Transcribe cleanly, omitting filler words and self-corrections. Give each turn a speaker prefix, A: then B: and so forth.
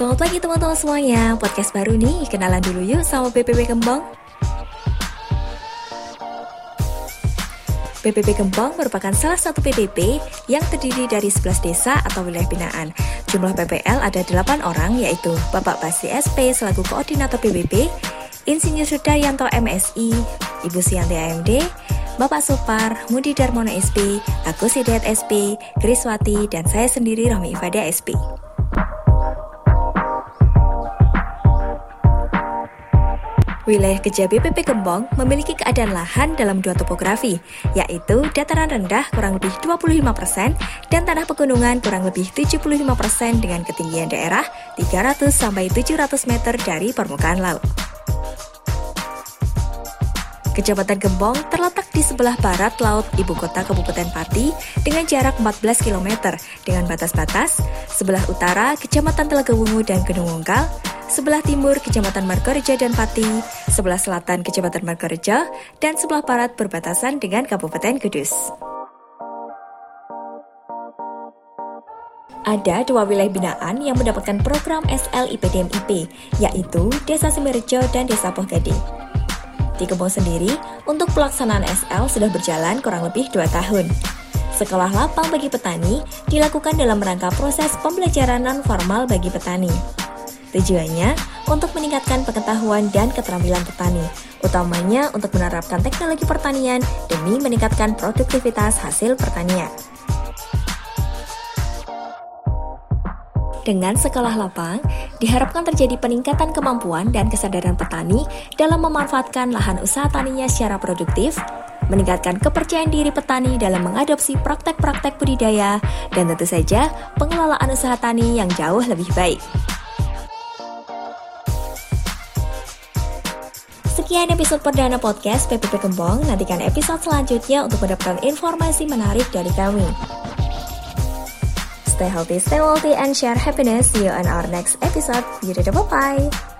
A: Selamat pagi teman-teman semuanya. Podcast baru nih, kenalan dulu yuk sama PPP Gembong. PPP Gembong merupakan salah satu PPP yang terdiri dari 11 desa atau wilayah binaan. Jumlah PPL ada 8 orang, yaitu Bapak Basti SP selaku Koordinator PPP, Insinyur Sudaryanto MSI, Ibu Sianti AMD, Bapak Supar, Mudi Darmono SP, Agus Hidayat SP, Griswati, dan saya sendiri Rohmi Ifadah SP. Wilayah kerja PPP Gembong memiliki keadaan lahan dalam dua topografi, yaitu dataran rendah kurang lebih 25% dan tanah pegunungan kurang lebih 75% dengan ketinggian daerah 300-700 meter dari permukaan laut. Kecamatan Gembong terletak di sebelah barat laut ibu kota Kabupaten Pati dengan jarak 14 km dengan batas-batas, sebelah utara Kecamatan Telaga Wungu dan Gunung Wungkal, sebelah timur Kecamatan Margorejo dan Pati, sebelah selatan Kecamatan Margorejo, dan sebelah barat berbatasan dengan Kabupaten Kudus. Ada dua wilayah binaan yang mendapatkan program SLIPDMIP, yaitu Desa Semirjo dan Desa Pohgade. Di Gembong sendiri, untuk pelaksanaan SL sudah berjalan kurang lebih 2 tahun. Sekolah lapang bagi petani dilakukan dalam rangka proses pembelajaran non-formal bagi petani. Tujuannya untuk meningkatkan pengetahuan dan keterampilan petani, utamanya untuk menerapkan teknologi pertanian demi meningkatkan produktivitas hasil pertanian. Dengan sekolah lapang, diharapkan terjadi peningkatan kemampuan dan kesadaran petani dalam memanfaatkan lahan usaha taninya secara produktif, meningkatkan kepercayaan diri petani dalam mengadopsi praktek-praktek budidaya, dan tentu saja pengelolaan usaha tani yang jauh lebih baik. Sekian episode perdana podcast PPP Gembong. Nantikan episode selanjutnya untuk mendapatkan informasi menarik dari kami. Stay healthy, stay wealthy, and share happiness. See you on our next episode. Bye-bye.